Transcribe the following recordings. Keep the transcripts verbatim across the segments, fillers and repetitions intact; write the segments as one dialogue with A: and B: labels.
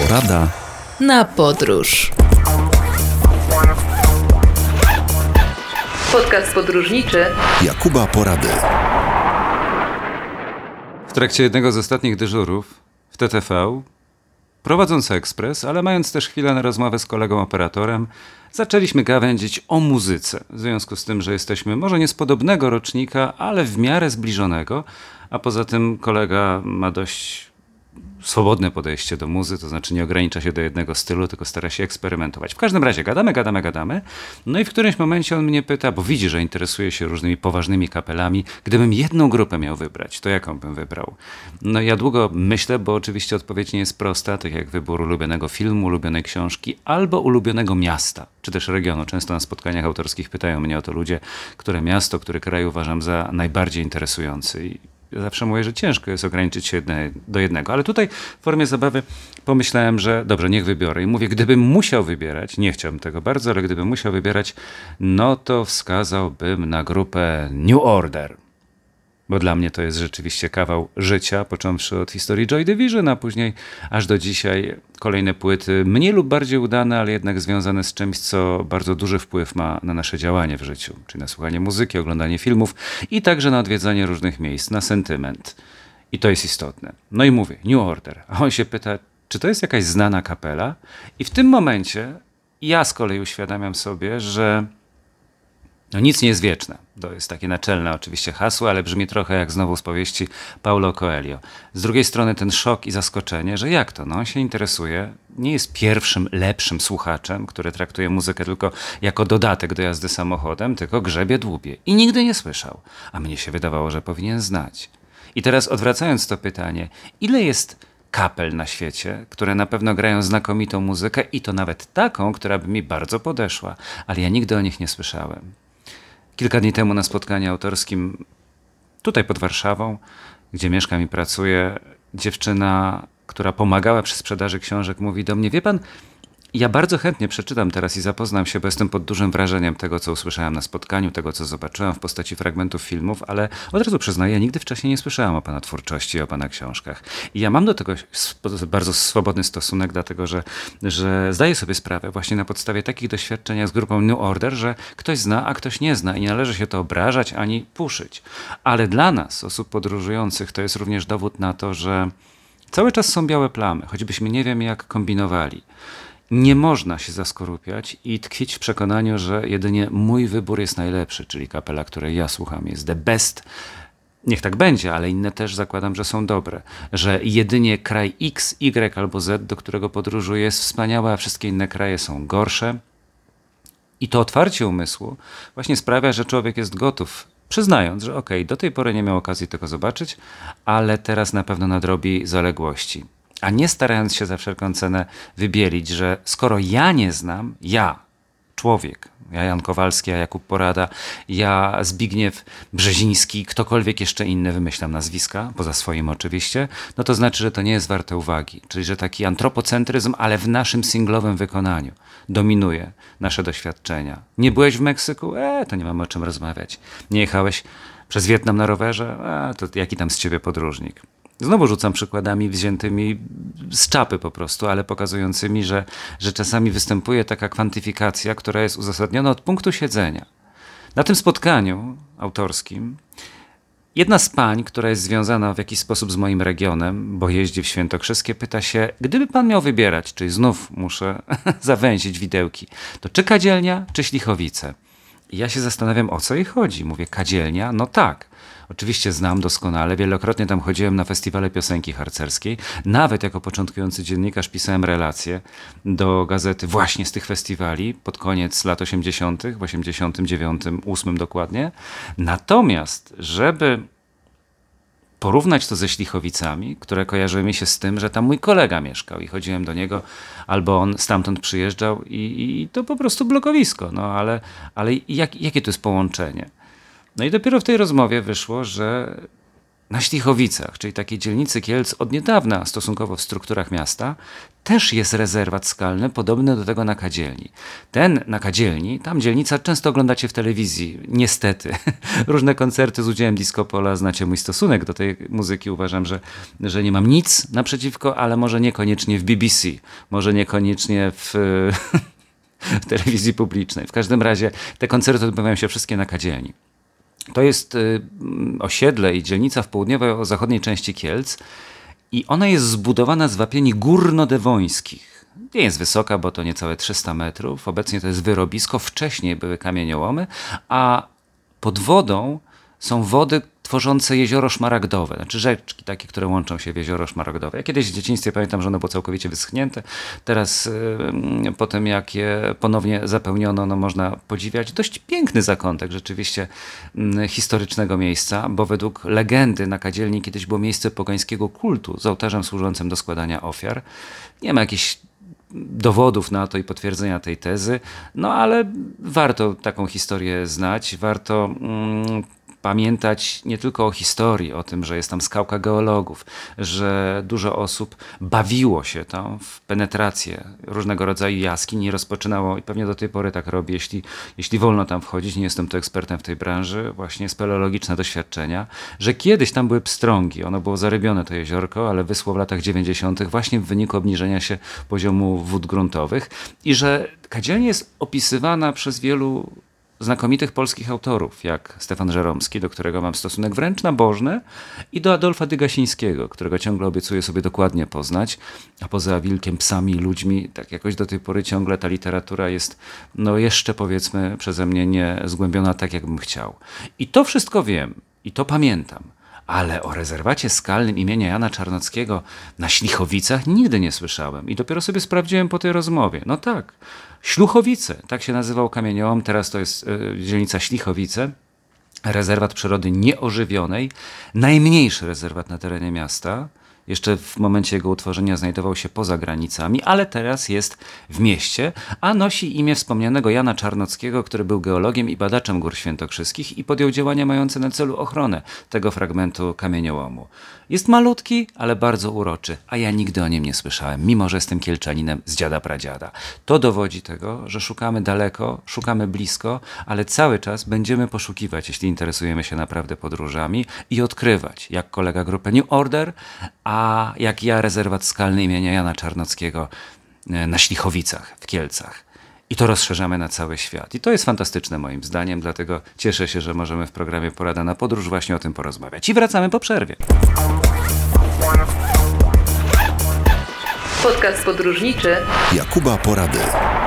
A: Porada
B: na podróż. Podcast podróżniczy
A: Jakuba Porady.
C: W trakcie jednego z ostatnich dyżurów w T T V, prowadząc ekspres, ale mając też chwilę na rozmowę z kolegą operatorem, zaczęliśmy gawędzić o muzyce. W związku z tym, że jesteśmy może nie z podobnego rocznika, ale w miarę zbliżonego, a poza tym kolega ma dość swobodne podejście do muzy, to znaczy nie ogranicza się do jednego stylu, tylko stara się eksperymentować. W każdym razie gadamy, gadamy, gadamy. No i w którymś momencie on mnie pyta, bo widzi, że interesuje się różnymi poważnymi kapelami, gdybym jedną grupę miał wybrać, to jaką bym wybrał? No ja długo myślę, bo oczywiście odpowiedź nie jest prosta, tak jak wybór ulubionego filmu, ulubionej książki albo ulubionego miasta, czy też regionu. Często na spotkaniach autorskich pytają mnie o to ludzie, które miasto, który kraj uważam za najbardziej interesujący. I ja zawsze mówię, że ciężko jest ograniczyć się jedne, do jednego, ale tutaj w formie zabawy pomyślałem, że dobrze, niech wybiorę. I mówię, gdybym musiał wybierać, nie chciałbym tego bardzo, ale gdybym musiał wybierać, no to wskazałbym na grupę New Order. Bo dla mnie to jest rzeczywiście kawał życia, począwszy od historii Joy Division, a później aż do dzisiaj kolejne płyty, mniej lub bardziej udane, ale jednak związane z czymś, co bardzo duży wpływ ma na nasze działanie w życiu, czyli na słuchanie muzyki, oglądanie filmów i także na odwiedzanie różnych miejsc, na sentyment. I to jest istotne. No i mówię, New Order. A on się pyta, czy to jest jakaś znana kapela? I w tym momencie ja z kolei uświadamiam sobie, że no nic nie jest wieczne. To jest takie naczelne oczywiście hasło, ale brzmi trochę jak znowu z powieści Paulo Coelho. Z drugiej strony ten szok i zaskoczenie, że jak to? No on się interesuje, nie jest pierwszym, lepszym słuchaczem, który traktuje muzykę tylko jako dodatek do jazdy samochodem, tylko grzebie dłubie. I nigdy nie słyszał. A mnie się wydawało, że powinien znać. I teraz odwracając to pytanie, ile jest kapel na świecie, które na pewno grają znakomitą muzykę i to nawet taką, która by mi bardzo podeszła, ale ja nigdy o nich nie słyszałem. Kilka dni temu na spotkaniu autorskim tutaj pod Warszawą, gdzie mieszkam i pracuję, dziewczyna, która pomagała przy sprzedaży książek, mówi do mnie, wie pan, ja bardzo chętnie przeczytam teraz i zapoznam się, bo jestem pod dużym wrażeniem tego, co usłyszałem na spotkaniu, tego, co zobaczyłam w postaci fragmentów filmów, ale od razu przyznaję, ja nigdy wcześniej nie słyszałam o pana twórczości, o pana książkach. I ja mam do tego bardzo swobodny stosunek, dlatego że, że zdaję sobie sprawę właśnie na podstawie takich doświadczeń jak z grupą New Order, że ktoś zna, a ktoś nie zna i nie należy się to obrażać ani puszyć. Ale dla nas, osób podróżujących, to jest również dowód na to, że cały czas są białe plamy, choćbyśmy nie wiem jak kombinowali. Nie można się zaskorupiać i tkwić w przekonaniu, że jedynie mój wybór jest najlepszy, czyli kapela, której ja słucham, jest the best. Niech tak będzie, ale inne też zakładam, że są dobre. Że jedynie kraj X, Y albo Z, do którego podróżuję, jest wspaniały, a wszystkie inne kraje są gorsze. I to otwarcie umysłu właśnie sprawia, że człowiek jest gotów, przyznając, że okej, do tej pory nie miał okazji tego zobaczyć, ale teraz na pewno nadrobi zaległości. A nie starając się za wszelką cenę wybielić, że skoro ja nie znam, ja, człowiek, ja Jan Kowalski, ja Jakub Porada, ja Zbigniew Brzeziński, ktokolwiek jeszcze inny, wymyślam nazwiska, poza swoim oczywiście, no to znaczy, że to nie jest warte uwagi. Czyli, że taki antropocentryzm, ale w naszym singlowym wykonaniu dominuje nasze doświadczenia. Nie byłeś w Meksyku? E, to nie mamy o czym rozmawiać. Nie jechałeś przez Wietnam na rowerze? E, to jaki tam z ciebie podróżnik? Znowu rzucam przykładami wziętymi z czapy po prostu, ale pokazującymi, że, że czasami występuje taka kwantyfikacja, która jest uzasadniona od punktu siedzenia. Na tym spotkaniu autorskim jedna z pań, która jest związana w jakiś sposób z moim regionem, bo jeździ w Świętokrzyskie, pyta się, gdyby pan miał wybierać, czyli znów muszę zawęzić widełki, to czy Kadzielnia, czy Ślichowice? I ja się zastanawiam, o co jej chodzi. Mówię, Kadzielnia? No tak. Oczywiście znam doskonale, wielokrotnie tam chodziłem na festiwale piosenki harcerskiej. Nawet jako początkujący dziennikarz pisałem relacje do gazety właśnie z tych festiwali pod koniec lat osiemdziesiątych, w osiemdziesiątym dziewiątym, ósmym dokładnie. Natomiast, żeby porównać to ze Ślichowicami, które kojarzyły mi się z tym, że tam mój kolega mieszkał i chodziłem do niego, albo on stamtąd przyjeżdżał i, i to po prostu blokowisko. No ale, ale jak, jakie to jest połączenie? No i dopiero w tej rozmowie wyszło, że na Ślichowicach, czyli takiej dzielnicy Kielc od niedawna stosunkowo w strukturach miasta, też jest rezerwat skalny podobny do tego na Kadzielni. Ten na Kadzielni, tam dzielnica, często oglądacie w telewizji, niestety. Różne koncerty z udziałem Disco Pola, znacie mój stosunek do tej muzyki. Uważam, że, że nie mam nic naprzeciwko, ale może niekoniecznie w B B C, może niekoniecznie w... w telewizji publicznej. W każdym razie te koncerty odbywają się wszystkie na Kadzielni. To jest y, osiedle i dzielnica w południowo-zachodniej części Kielc i ona jest zbudowana z wapieni górnodewońskich. Nie jest wysoka, bo to niecałe trzysta metrów. Obecnie to jest wyrobisko. Wcześniej były kamieniołomy, a pod wodą są wody tworzące jezioro szmaragdowe, znaczy rzeczki takie, które łączą się w jezioro szmaragdowe. Ja kiedyś w dzieciństwie pamiętam, że ono było całkowicie wyschnięte. Teraz yy, po tym, jak je ponownie zapełniono, no można podziwiać dość piękny zakątek rzeczywiście yy, historycznego miejsca, bo według legendy na Kadzielni kiedyś było miejsce pogańskiego kultu z ołtarzem służącym do składania ofiar. Nie ma jakichś dowodów na to i potwierdzenia tej tezy, no ale warto taką historię znać, warto mm, pamiętać nie tylko o historii, o tym, że jest tam skałka geologów, że dużo osób bawiło się tam w penetrację różnego rodzaju jaskiń i rozpoczynało, i pewnie do tej pory tak robi, jeśli, jeśli wolno tam wchodzić, nie jestem tu ekspertem w tej branży, właśnie speleologiczne doświadczenia, że kiedyś tam były pstrągi, ono było zarybione to jeziorko, ale wyschło w latach dziewięćdziesiątych właśnie w wyniku obniżenia się poziomu wód gruntowych i że Kadzielnia jest opisywana przez wielu znakomitych polskich autorów, jak Stefan Żeromski, do którego mam stosunek wręcz nabożny, i do Adolfa Dygasińskiego, którego ciągle obiecuję sobie dokładnie poznać, a poza Wilkiem, psami i ludźmi, tak jakoś do tej pory ciągle ta literatura jest no jeszcze powiedzmy przeze mnie nie zgłębiona tak, jakbym chciał. I to wszystko wiem i to pamiętam. Ale o rezerwacie skalnym imienia Jana Czarnockiego na Ślichowicach nigdy nie słyszałem i dopiero sobie sprawdziłem po tej rozmowie. No tak, Śluchowice, tak się nazywał kamieniołom, teraz to jest y, dzielnica Ślichowice, rezerwat przyrody nieożywionej, najmniejszy rezerwat na terenie miasta. Jeszcze w momencie jego utworzenia znajdował się poza granicami, ale teraz jest w mieście, a nosi imię wspomnianego Jana Czarnockiego, który był geologiem i badaczem gór świętokrzyskich i podjął działania mające na celu ochronę tego fragmentu kamieniołomu. Jest malutki, ale bardzo uroczy, a ja nigdy o nim nie słyszałem, mimo że jestem Kielczaninem z dziada pradziada. To dowodzi tego, że szukamy daleko, szukamy blisko, ale cały czas będziemy poszukiwać, jeśli interesujemy się naprawdę podróżami i odkrywać, jak kolega grupy New Order, a jak ja rezerwat skalny imienia Jana Czarnockiego na Ślichowicach w Kielcach. I to rozszerzamy na cały świat. I to jest fantastyczne moim zdaniem, dlatego cieszę się, że możemy w programie Porada na Podróż właśnie o tym porozmawiać. I wracamy po przerwie.
B: Podcast podróżniczy
A: Jakuba Porady.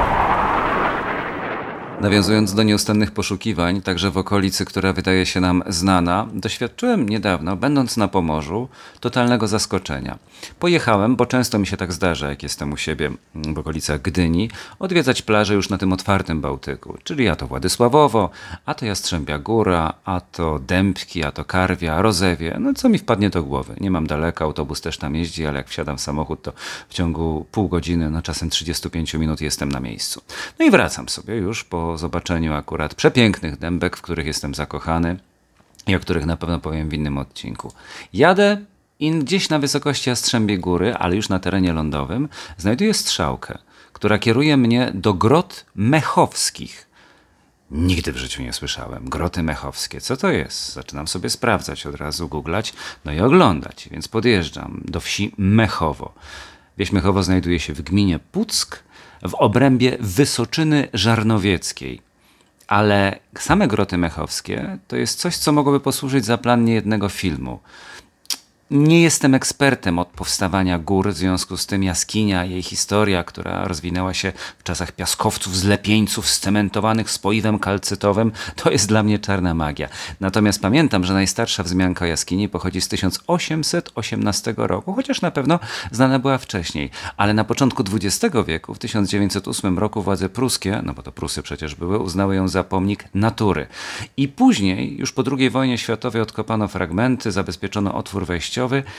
C: Nawiązując do nieustannych poszukiwań, także w okolicy, która wydaje się nam znana, doświadczyłem niedawno, będąc na Pomorzu, totalnego zaskoczenia. Pojechałem, bo często mi się tak zdarza, jak jestem u siebie w okolicach Gdyni, odwiedzać plaże już na tym otwartym Bałtyku, czyli a to Władysławowo, a to Jastrzębia Góra, a to Dębki, a to Karwia, Rozewie, no co mi wpadnie do głowy. Nie mam daleko, autobus też tam jeździ, ale jak wsiadam w samochód, to w ciągu pół godziny, no czasem trzydzieści pięć minut jestem na miejscu. No i wracam sobie już po zobaczeniu akurat przepięknych dębek, w których jestem zakochany i o których na pewno powiem w innym odcinku. Jadę i gdzieś na wysokości Jastrzębiej Góry, ale już na terenie lądowym, znajduję strzałkę, która kieruje mnie do Grot Mechowskich. Nigdy w życiu nie słyszałem. Groty Mechowskie. Co to jest? Zaczynam sobie sprawdzać, od razu googlać, no i oglądać. Więc podjeżdżam do wsi Mechowo. Wieś Mechowo znajduje się w gminie Puck, w obrębie Wysoczyny Żarnowieckiej. Ale same Groty Mechowskie to jest coś, co mogłoby posłużyć za plan niejednego filmu. Nie jestem ekspertem od powstawania gór, w związku z tym jaskinia, jej historia, która rozwinęła się w czasach piaskowców, zlepieńców scementowanych spoiwem kalcytowym, to jest dla mnie czarna magia. Natomiast pamiętam, że najstarsza wzmianka o jaskini pochodzi z tysiąc osiemset osiemnastego roku, chociaż na pewno znana była wcześniej. Ale na początku dwudziestego wieku, w tysiąc dziewięćset ósmym roku władze pruskie, no bo to Prusy przecież były, uznały ją za pomnik natury. I później, już po drugiej wojnie światowej odkopano fragmenty, zabezpieczono otwór wejściowy,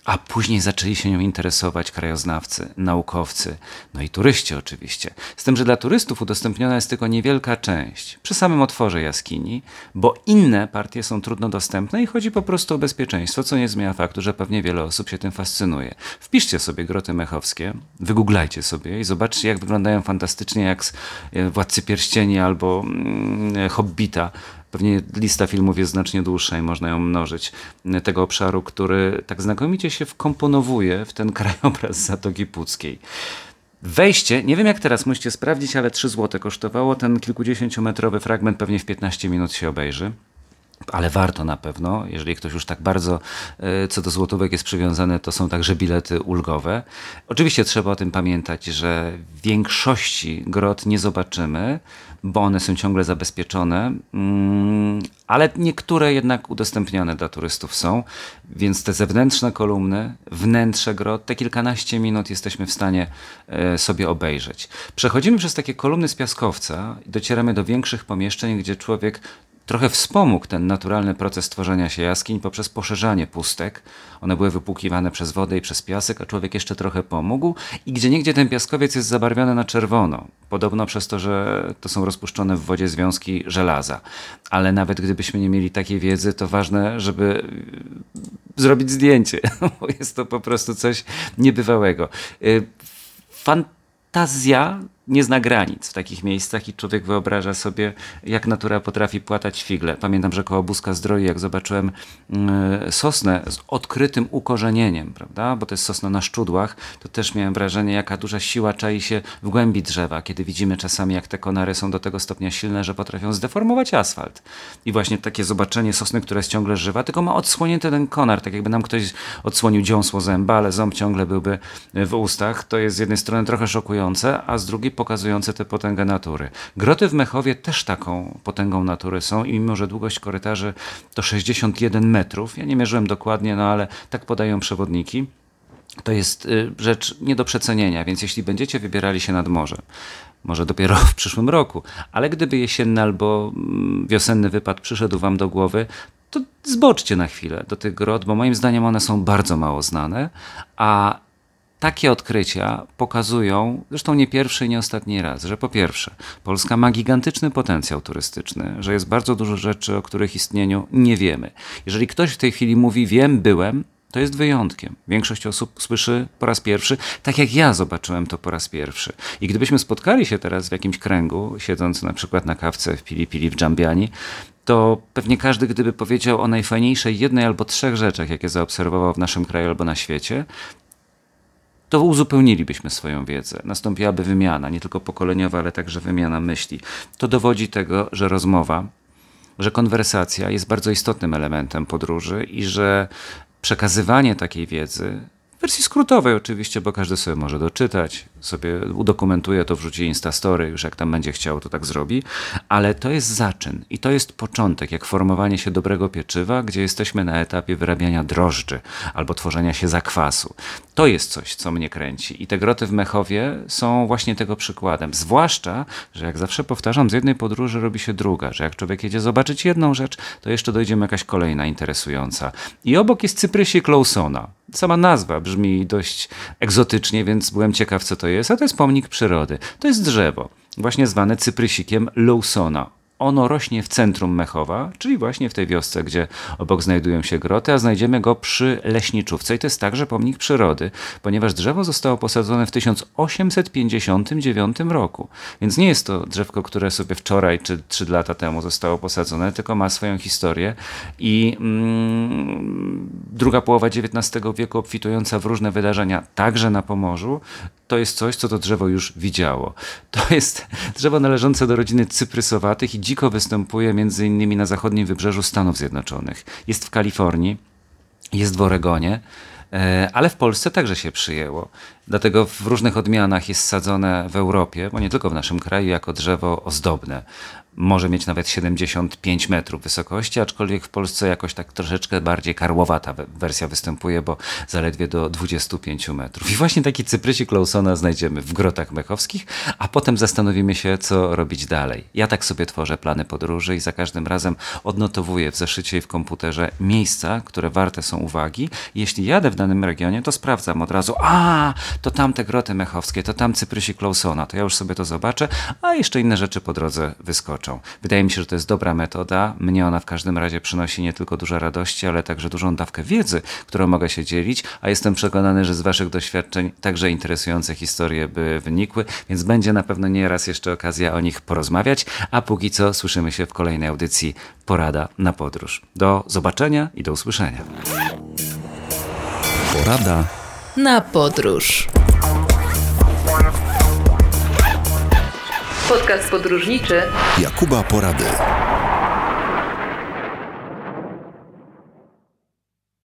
C: A później zaczęli się nią interesować krajoznawcy, naukowcy, no i turyści oczywiście. Z tym, że dla turystów udostępniona jest tylko niewielka część przy samym otworze jaskini, bo inne partie są trudno dostępne i chodzi po prostu o bezpieczeństwo, co nie zmienia faktu, że pewnie wiele osób się tym fascynuje. Wpiszcie sobie Groty Mechowskie, wygooglajcie sobie i zobaczcie, jak wyglądają fantastycznie, jak z Władcy Pierścieni albo mm, Hobbita. Pewnie lista filmów jest znacznie dłuższa i można ją mnożyć. Tego obszaru, który tak znakomicie się wkomponowuje w ten krajobraz Zatoki Puckiej. Wejście, nie wiem jak teraz, musicie sprawdzić, ale trzy złote kosztowało. Ten kilkudziesięciometrowy fragment pewnie w piętnaście minut się obejrzy. Ale warto na pewno, jeżeli ktoś już tak bardzo y, co do złotówek jest przywiązany, to są także bilety ulgowe. Oczywiście trzeba o tym pamiętać, że większości grot nie zobaczymy, bo one są ciągle zabezpieczone, mm, ale niektóre jednak udostępnione dla turystów są, więc te zewnętrzne kolumny, wnętrze grot, te kilkanaście minut jesteśmy w stanie y, sobie obejrzeć. Przechodzimy przez takie kolumny z piaskowca i docieramy do większych pomieszczeń, gdzie człowiek trochę wspomógł ten naturalny proces tworzenia się jaskiń poprzez poszerzanie pustek. One były wypłukiwane przez wodę i przez piasek, a człowiek jeszcze trochę pomógł. I gdzieniegdzie ten piaskowiec jest zabarwiony na czerwono. Podobno przez to, że to są rozpuszczone w wodzie związki żelaza. Ale nawet gdybyśmy nie mieli takiej wiedzy, to ważne, żeby zrobić zdjęcie, bo jest to po prostu coś niebywałego. Fantazja nie zna granic w takich miejscach i człowiek wyobraża sobie, jak natura potrafi płatać figle. Pamiętam, że koło Buska Zdroju, jak zobaczyłem y, sosnę z odkrytym ukorzenieniem, prawda? Bo to jest sosna na szczudłach, to też miałem wrażenie, jaka duża siła czai się w głębi drzewa, kiedy widzimy czasami, jak te konary są do tego stopnia silne, że potrafią zdeformować asfalt. I właśnie takie zobaczenie sosny, która jest ciągle żywa, tylko ma odsłonięty ten konar, tak jakby nam ktoś odsłonił dziąsło zęba, ale ząb ciągle byłby w ustach. To jest z jednej strony trochę szokujące, a z drugiej pokazujące tę potęgę natury. Groty w Mechowie też taką potęgą natury są i mimo, że długość korytarzy to sześćdziesiąt jeden metrów, ja nie mierzyłem dokładnie, no ale tak podają przewodniki, to jest y, rzecz nie do przecenienia, więc jeśli będziecie wybierali się nad morze, może dopiero w przyszłym roku, ale gdyby jesienny albo mm, wiosenny wypad przyszedł wam do głowy, to zboczcie na chwilę do tych grot, bo moim zdaniem one są bardzo mało znane, a takie odkrycia pokazują, zresztą nie pierwszy i nie ostatni raz, że po pierwsze, Polska ma gigantyczny potencjał turystyczny, że jest bardzo dużo rzeczy, o których istnieniu nie wiemy. Jeżeli ktoś w tej chwili mówi wiem, byłem, to jest wyjątkiem. Większość osób słyszy po raz pierwszy, tak jak ja zobaczyłem to po raz pierwszy. I gdybyśmy spotkali się teraz w jakimś kręgu, siedząc na przykład na kawce w Pili Pili w Dżambiani, to pewnie każdy, gdyby powiedział o najfajniejszej jednej albo trzech rzeczach, jakie zaobserwował w naszym kraju albo na świecie, to uzupełnilibyśmy swoją wiedzę. Nastąpiłaby wymiana, nie tylko pokoleniowa, ale także wymiana myśli. To dowodzi tego, że rozmowa, że konwersacja jest bardzo istotnym elementem podróży i że przekazywanie takiej wiedzy, w wersji skrótowej oczywiście, bo każdy sobie może doczytać, sobie udokumentuje to, wrzuci Instastory, już jak tam będzie chciał, to tak zrobi, ale to jest zaczyn i to jest początek, jak formowanie się dobrego pieczywa, gdzie jesteśmy na etapie wyrabiania drożdży albo tworzenia się zakwasu. To jest coś, co mnie kręci i te groty w Mechowie są właśnie tego przykładem. Zwłaszcza, że jak zawsze powtarzam, z jednej podróży robi się druga, że jak człowiek jedzie zobaczyć jedną rzecz, to jeszcze dojdziemy jakaś kolejna interesująca. I obok jest Cyprysik Lawsona. Sama nazwa brzmi dość egzotycznie, więc byłem ciekaw, co to jest, a to jest pomnik przyrody. To jest drzewo, właśnie zwane cyprysikiem Lawsona. Ono rośnie w centrum Mechowa, czyli właśnie w tej wiosce, gdzie obok znajdują się groty, a znajdziemy go przy leśniczówce i to jest także pomnik przyrody, ponieważ drzewo zostało posadzone w tysiąc osiemset pięćdziesiątym dziewiątym roku. Więc nie jest to drzewko, które sobie wczoraj czy trzy lata temu zostało posadzone, tylko ma swoją historię i mm, druga połowa dziewiętnastego wieku obfitująca w różne wydarzenia, także na Pomorzu, to jest coś, co to drzewo już widziało. To jest drzewo należące do rodziny cyprysowatych i dziko występuje między innymi na zachodnim wybrzeżu Stanów Zjednoczonych. Jest w Kalifornii, jest w Oregonie, ale w Polsce także się przyjęło. Dlatego w różnych odmianach jest sadzone w Europie, bo nie tylko w naszym kraju, jako drzewo ozdobne. może mieć nawet siedemdziesiąt pięć metrów wysokości, aczkolwiek w Polsce jakoś tak troszeczkę bardziej karłowata we- wersja występuje, bo zaledwie do dwudziestu pięciu metrów. I właśnie taki cyprysik Lawsona znajdziemy w Grotach Mechowskich, a potem zastanowimy się, co robić dalej. Ja tak sobie tworzę plany podróży i za każdym razem odnotowuję w zeszycie i w komputerze miejsca, które warte są uwagi. Jeśli jadę w danym regionie, to sprawdzam od razu, a to tamte Groty Mechowskie, to tam cyprysik Lawsona, to ja już sobie to zobaczę, a jeszcze inne rzeczy po drodze wyskoczą. Wydaje mi się, że to jest dobra metoda. Mnie ona w każdym razie przynosi nie tylko dużo radości, ale także dużą dawkę wiedzy, którą mogę się dzielić, a jestem przekonany, że z waszych doświadczeń także interesujące historie by wynikły, więc będzie na pewno nieraz jeszcze okazja o nich porozmawiać, a póki co słyszymy się w kolejnej audycji Porada na podróż. Do zobaczenia i do usłyszenia.
A: Porada
B: na podróż. Podcast podróżniczy
A: Jakuba Porady.